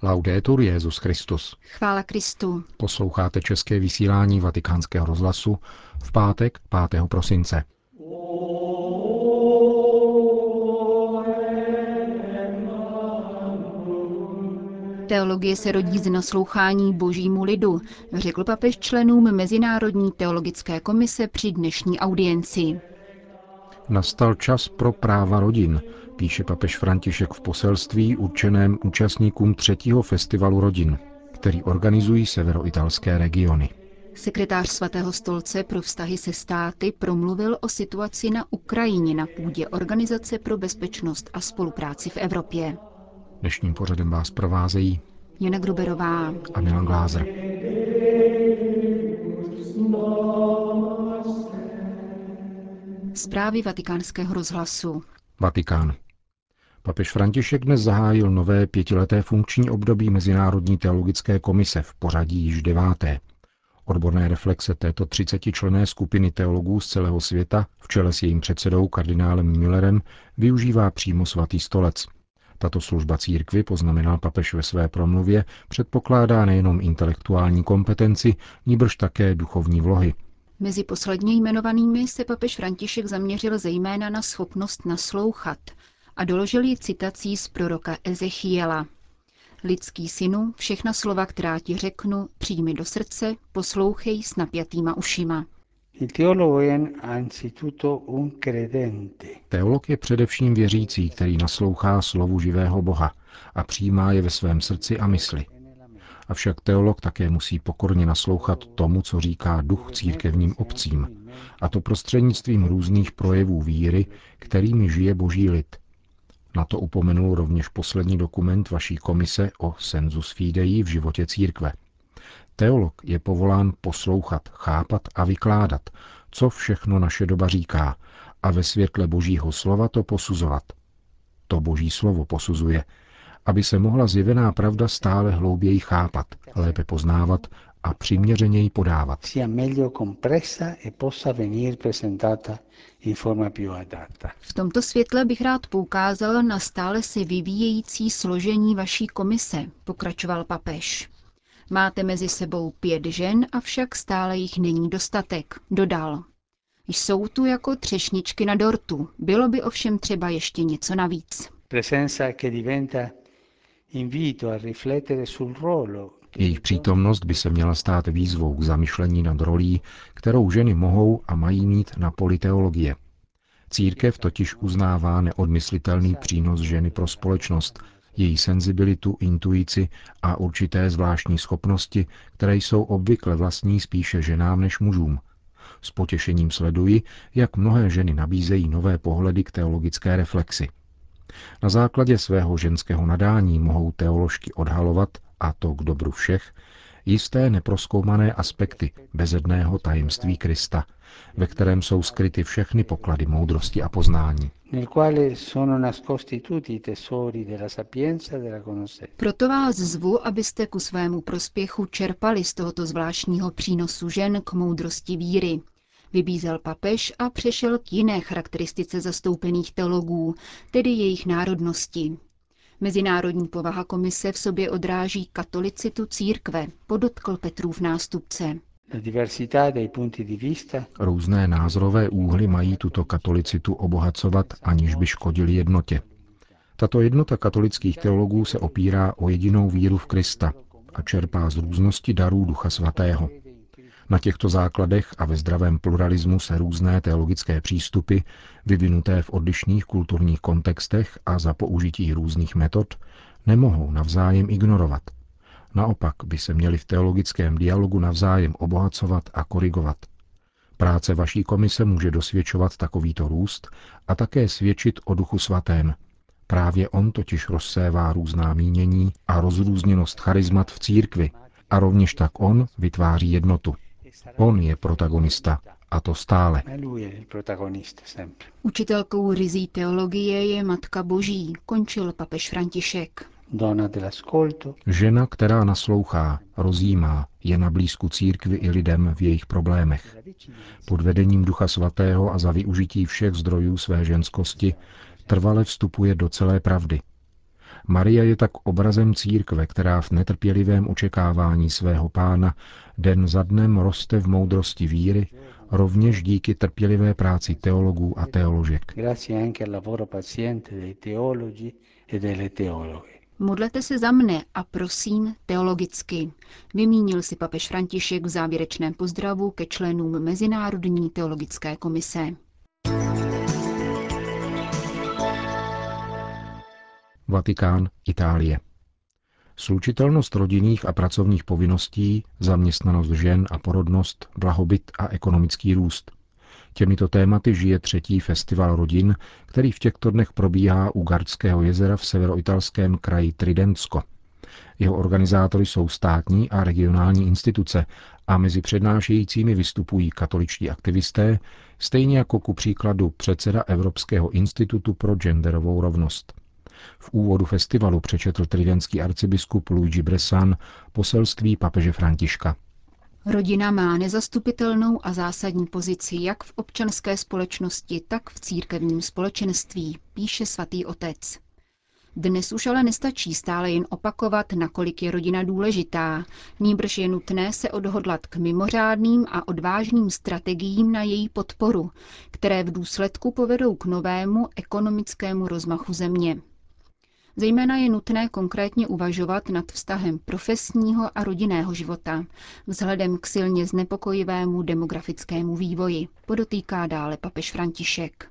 Laudetur Jesus Christus. Chvála Kristu. Posloucháte české vysílání Vatikánského rozhlasu v pátek 5. prosince. Teologie se rodí z naslouchání božímu lidu, řekl papež členům Mezinárodní teologické komise při dnešní audienci. Nastal čas pro práva rodin, píše papež František v poselství určeném účastníkům 3. festivalu rodin, který organizují severoitalské regiony. Sekretář Svatého stolce pro vztahy se státy promluvil o situaci na Ukrajině na půdě Organizace pro bezpečnost a spolupráci v Evropě. Dnešním pořadem vás provázejí Jana Gruberová a Milan Glázer. Zprávy Vatikánského rozhlasu. Vatikán. Papež František dnes zahájil nové 5leté funkční období Mezinárodní teologické komise v pořadí již 9. Odborné reflexe této 30členné skupiny teologů z celého světa v čele s jejím předsedou kardinálem Müllerem využívá přímo Svatý stolec. Tato služba církvi, poznamenal papež ve své promluvě, předpokládá nejenom intelektuální kompetenci, nýbrž také duchovní vlohy. Mezi posledně jmenovanými se papež František zaměřil zejména na schopnost naslouchat a doložil ji citací z proroka Ezechiela. Lidský synu, všechna slova, která ti řeknu, přijmi do srdce, poslouchej s napjatýma ušima. Teolog je především věřící, který naslouchá slovu živého Boha a přijímá je ve svém srdci a mysli. Avšak teolog také musí pokorně naslouchat tomu, co říká duch církevním obcím, a to prostřednictvím různých projevů víry, kterými žije boží lid. Na to upomenul rovněž poslední dokument vaší komise o sensus fidei v životě církve. Teolog je povolán poslouchat, chápat a vykládat, co všechno naše doba říká, a ve světle božího slova to posuzovat. To boží slovo posuzuje, aby se mohla zjevená pravda stále hlouběji chápat, lépe poznávat a přiměřeněji podávat. V tomto světle bych rád poukázal na stále se vyvíjející složení vaší komise, pokračoval papež. Máte mezi sebou 5 žen, avšak stále jich není dostatek, dodal. Jsou tu jako třešničky na dortu, bylo by ovšem třeba ještě něco navíc. Jejich přítomnost by se měla stát výzvou k zamyšlení nad rolí, kterou ženy mohou a mají mít na poli teologie. Církev totiž uznává neodmyslitelný přínos ženy pro společnost, její senzibilitu, intuici a určité zvláštní schopnosti, které jsou obvykle vlastní spíše ženám než mužům. S potěšením sleduji, jak mnohé ženy nabízejí nové pohledy k teologické reflexi. Na základě svého ženského nadání mohou teoložky odhalovat, a to k dobru všech, jisté neprozkoumané aspekty bezedného tajemství Krista, ve kterém jsou skryty všechny poklady moudrosti a poznání. Proto vás zvu, abyste ku svému prospěchu čerpali z tohoto zvláštního přínosu žen k moudrosti víry. Vybízel papež a přešel k jiné charakteristice zastoupených teologů, tedy jejich národnosti. Mezinárodní povaha komise v sobě odráží katolicitu církve, podotkl Petrův nástupce. Různé názorové úhly mají tuto katolicitu obohacovat, aniž by škodili jednotě. Tato jednota katolických teologů se opírá o jedinou víru v Krista a čerpá z různosti darů Ducha Svatého. Na těchto základech a ve zdravém pluralismu se různé teologické přístupy, vyvinuté v odlišných kulturních kontextech a za použití různých metod, nemohou navzájem ignorovat. Naopak by se měli v teologickém dialogu navzájem obohacovat a korigovat. Práce vaší komise může dosvědčovat takovýto růst a také svědčit o Duchu Svatém. Právě on totiž rozsévá různá mínění a rozrůzněnost charizmat v církvi a rovněž tak on vytváří jednotu. On je protagonista, a to stále. Učitelkou ryzí teologie je Matka Boží, končil papež František. Žena, která naslouchá, rozjímá, je na blízku církvi i lidem v jejich problémech. Pod vedením Ducha Svatého a za využití všech zdrojů své ženskosti trvale vstupuje do celé pravdy. Maria je tak obrazem církve, která v netrpělivém očekávání svého Pána den za dnem roste v moudrosti víry, rovněž díky trpělivé práci teologů a teoložek. Modlete se za mne a prosím teologicky, vymínil si papež František v závěrečném pozdravu ke členům Mezinárodní teologické komise. Vatikán, Itálie. Slučitelnost rodinných a pracovních povinností, zaměstnanost žen a porodnost, blahobyt a ekonomický růst. Těmito tématy žije 3. festival rodin, který v těchto dnech probíhá u Gardského jezera v severoitalském kraji Tridentsko. Jeho organizátory jsou státní a regionální instituce a mezi přednášejícími vystupují katoličtí aktivisté, stejně jako ku příkladu předseda Evropského institutu pro genderovou rovnost. V úvodu festivalu přečetl tridentský arcibiskup Luigi Bressan poselství papeže Františka. Rodina má nezastupitelnou a zásadní pozici jak v občanské společnosti, tak v církevním společenství, píše svatý otec. Dnes už ale nestačí stále jen opakovat, nakolik je rodina důležitá, nýbrž je nutné se odhodlat k mimořádným a odvážným strategiím na její podporu, které v důsledku povedou k novému ekonomickému rozmachu země. Zejména je nutné konkrétně uvažovat nad vztahem profesního a rodinného života, vzhledem k silně znepokojivému demografickému vývoji, podotýká dále papež František.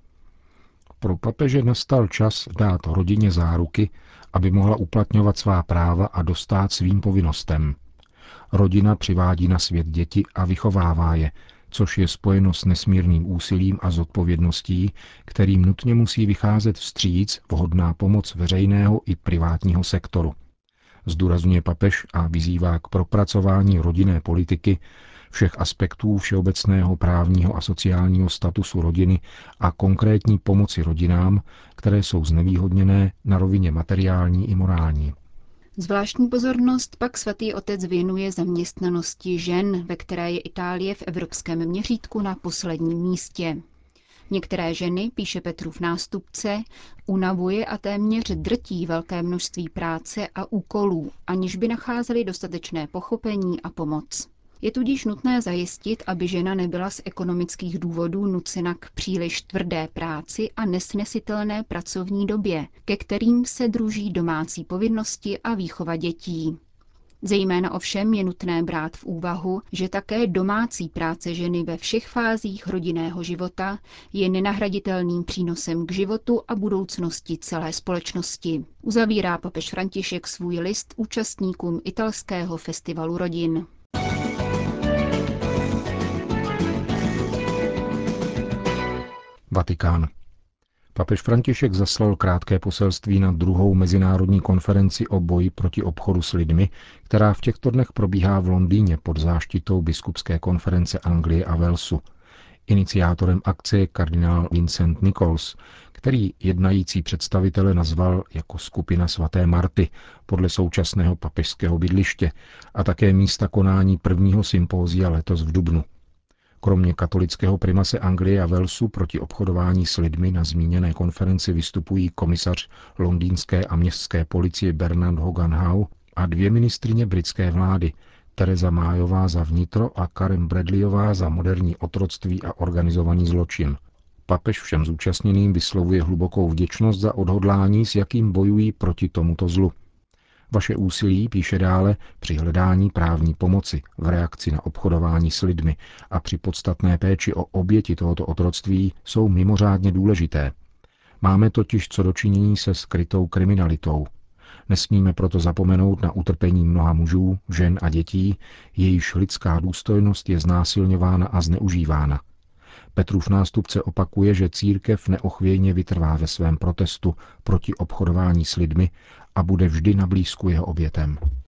Pro papeže nastal čas dát rodině záruky, aby mohla uplatňovat svá práva a dostát svým povinnostem. Rodina přivádí na svět děti a vychovává je, což je spojeno s nesmírným úsilím a zodpovědností, kterým nutně musí vycházet vstříc vhodná pomoc veřejného i privátního sektoru. Zdůrazňuje papež a vyzývá k propracování rodinné politiky, všech aspektů všeobecného právního a sociálního statusu rodiny a konkrétní pomoci rodinám, které jsou znevýhodněné na rovině materiální i morální. Zvláštní pozornost pak svatý otec věnuje zaměstnanosti žen, ve které je Itálie v evropském měřítku na posledním místě. Některé ženy, píše Petrův nástupce, unavuje a téměř drtí velké množství práce a úkolů, aniž by nacházely dostatečné pochopení a pomoc. Je tudíž nutné zajistit, aby žena nebyla z ekonomických důvodů nucena k příliš tvrdé práci a nesnesitelné pracovní době, ke kterým se druží domácí povinnosti a výchova dětí. Zejména ovšem je nutné brát v úvahu, že také domácí práce ženy ve všech fázích rodinného života je nenahraditelným přínosem k životu a budoucnosti celé společnosti. Uzavírá papež František svůj list účastníkům italského festivalu rodin. Vatikán. Papež František zaslal krátké poselství na 2. mezinárodní konferenci o boji proti obchodu s lidmi, která v těchto dnech probíhá v Londýně pod záštitou biskupské konference Anglie a Walesu. Iniciátorem akce je kardinál Vincent Nichols, který jednající představitele nazval jako skupina svaté Marty podle současného papežského bydliště a také místa konání prvního sympózia letos v dubnu. Kromě katolického primase Anglie a Walesu proti obchodování s lidmi na zmíněné konferenci vystupují komisař londýnské a městské policie Bernard Hogan-Howe a 2 ministryně britské vlády, Theresa Mayová za vnitro a Karen Bradleyová za moderní otroctví a organizovaný zločin. Papež všem zúčastněným vyslovuje hlubokou vděčnost za odhodlání, s jakým bojují proti tomuto zlu. Vaše úsilí, píše dále, při hledání právní pomoci v reakci na obchodování s lidmi a při podstatné péči o oběti tohoto otroctví jsou mimořádně důležité. Máme totiž co dočinění se skrytou kriminalitou. Nesmíme proto zapomenout na utrpení mnoha mužů, žen a dětí, jejichž lidská důstojnost je znásilňována a zneužívána. Petrův nástupce opakuje, že církev neochvějně vytrvá ve svém protestu proti obchodování s lidmi a bude vždy na blízku jeho obětem.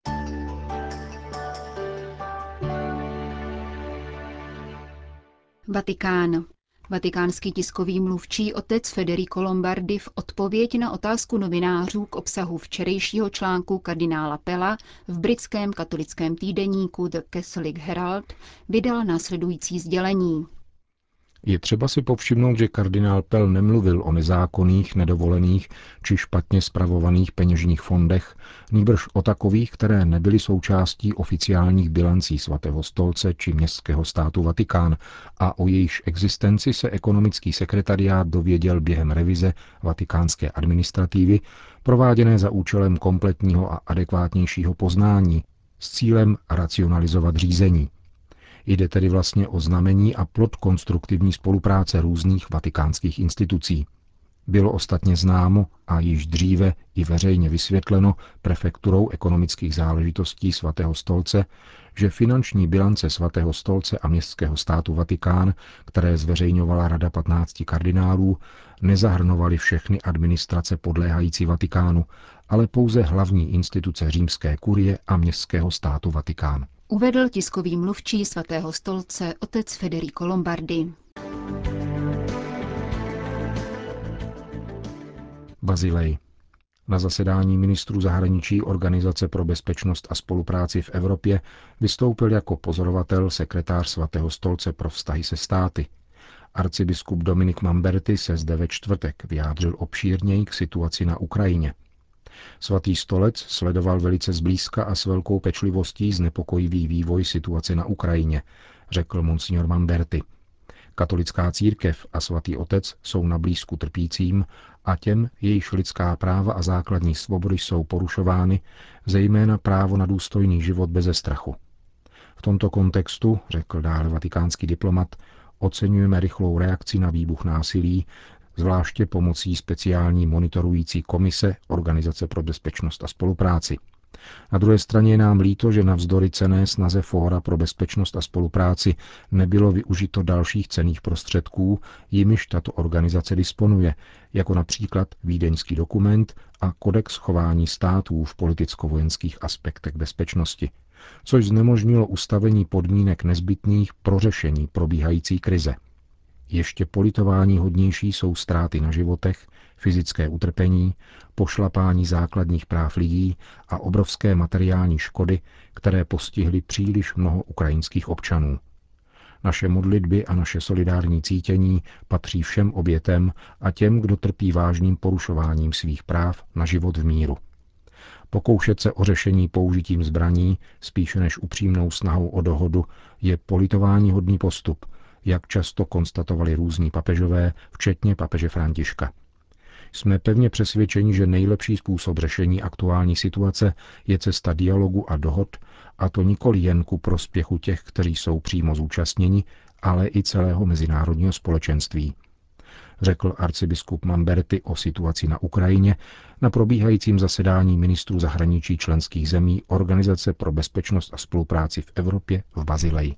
Vatikán. Vatikánský tiskový mluvčí otec Federico Lombardi v odpověď na otázku novinářů k obsahu včerejšího článku kardinála Pella v britském katolickém týdeníku The Catholic Herald vydal následující sdělení. Je třeba si povšimnout, že kardinál Pell nemluvil o nezákonných, nedovolených či špatně spravovaných peněžních fondech, nýbrž o takových, které nebyly součástí oficiálních bilancí Svatého stolce či městského státu Vatikán a o jejichž existenci se ekonomický sekretariát dověděl během revize vatikánské administrativy, prováděné za účelem kompletního a adekvátnějšího poznání s cílem racionalizovat řízení. Jde tedy vlastně o znamení a plod konstruktivní spolupráce různých vatikánských institucí. Bylo ostatně známo a již dříve i veřejně vysvětleno prefekturou ekonomických záležitostí Svatého stolce, že finanční bilance Svatého stolce a městského státu Vatikán, které zveřejňovala Rada 15 kardinálů, nezahrnovaly všechny administrace podléhající Vatikánu, ale pouze hlavní instituce římské kurie a městského státu Vatikán. Uvedl tiskový mluvčí Svatého stolce otec Federico Lombardi. Bazilej. Na zasedání ministrů zahraničí Organizace pro bezpečnost a spolupráci v Evropě vystoupil jako pozorovatel sekretář Svatého stolce pro vztahy se státy. Arcibiskup Dominik Mamberti se zde ve čtvrtek vyjádřil obšírněji k situaci na Ukrajině. Svatý stolec sledoval velice zblízka a s velkou pečlivostí znepokojivý vývoj situace na Ukrajině, řekl monsignor Mamberti. Katolická církev a svatý otec jsou na blízku trpícím a těm, jejichž lidská práva a základní svobody jsou porušovány, zejména právo na důstojný život beze strachu. V tomto kontextu, řekl dále vatikánský diplomat, oceňujeme rychlou reakci na výbuch násilí, zvláště pomocí speciální monitorující komise Organizace pro bezpečnost a spolupráci. Na druhé straně je nám líto, že navzdory cenné snaze Fóra pro bezpečnost a spolupráci nebylo využito dalších cenných prostředků, jimiž tato organizace disponuje, jako například Vídeňský dokument a Kodex chování států v politicko-vojenských aspektech bezpečnosti, což znemožnilo ustavení podmínek nezbytných pro řešení probíhající krize. Ještě politování hodnější jsou ztráty na životech, fyzické utrpení, pošlapání základních práv lidí a obrovské materiální škody, které postihly příliš mnoho ukrajinských občanů. Naše modlitby a naše solidární cítění patří všem obětem a těm, kdo trpí vážným porušováním svých práv na život v míru. Pokoušet se o řešení použitím zbraní, spíše než upřímnou snahou o dohodu, je politováníhodný postup, jak často konstatovali různí papežové, včetně papeže Františka. Jsme pevně přesvědčeni, že nejlepší způsob řešení aktuální situace je cesta dialogu a dohod, a to nikoli jen ku prospěchu těch, kteří jsou přímo zúčastněni, ale i celého mezinárodního společenství, řekl arcibiskup Mamberti o situaci na Ukrajině na probíhajícím zasedání ministrů zahraničí členských zemí Organizace pro bezpečnost a spolupráci v Evropě v Bazileji.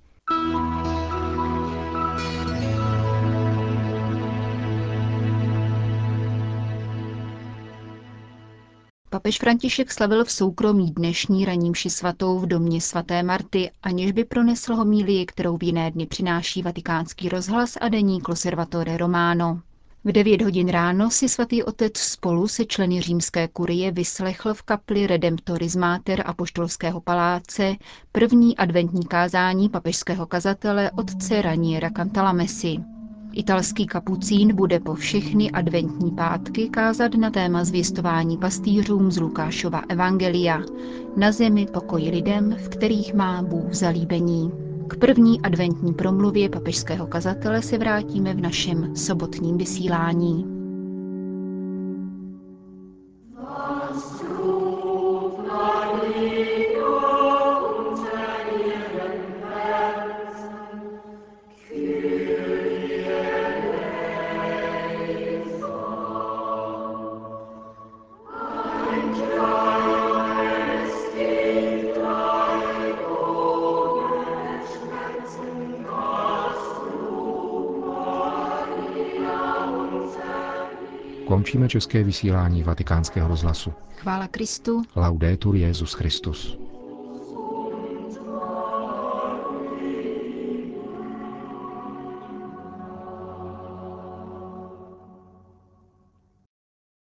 Papež František slavil v soukromí dnešní ranní mši svatou v domě svaté Marty, aniž by pronesl homílii, kterou v jiné dny přináší Vatikánský rozhlas a deník L'Osservatore Romano. V 9 hodin ráno si svatý otec spolu se členy římské kurie vyslechl v kapli Redemptoris Mater apoštolského paláce první adventní kázání papežského kazatele otce Raniera Cantalamessy. Italský kapucín bude po všechny adventní pátky kázat na téma zvěstování pastýřům z Lukášova evangelia. Na zemi pokoj lidem, v kterých má Bůh zalíbení. K první adventní promluvě papežského kazatele se vrátíme v našem sobotním vysílání. Končíme české vysílání Vatikánského rozhlasu. Chvála Kristu. Laudetur Jesus Christus.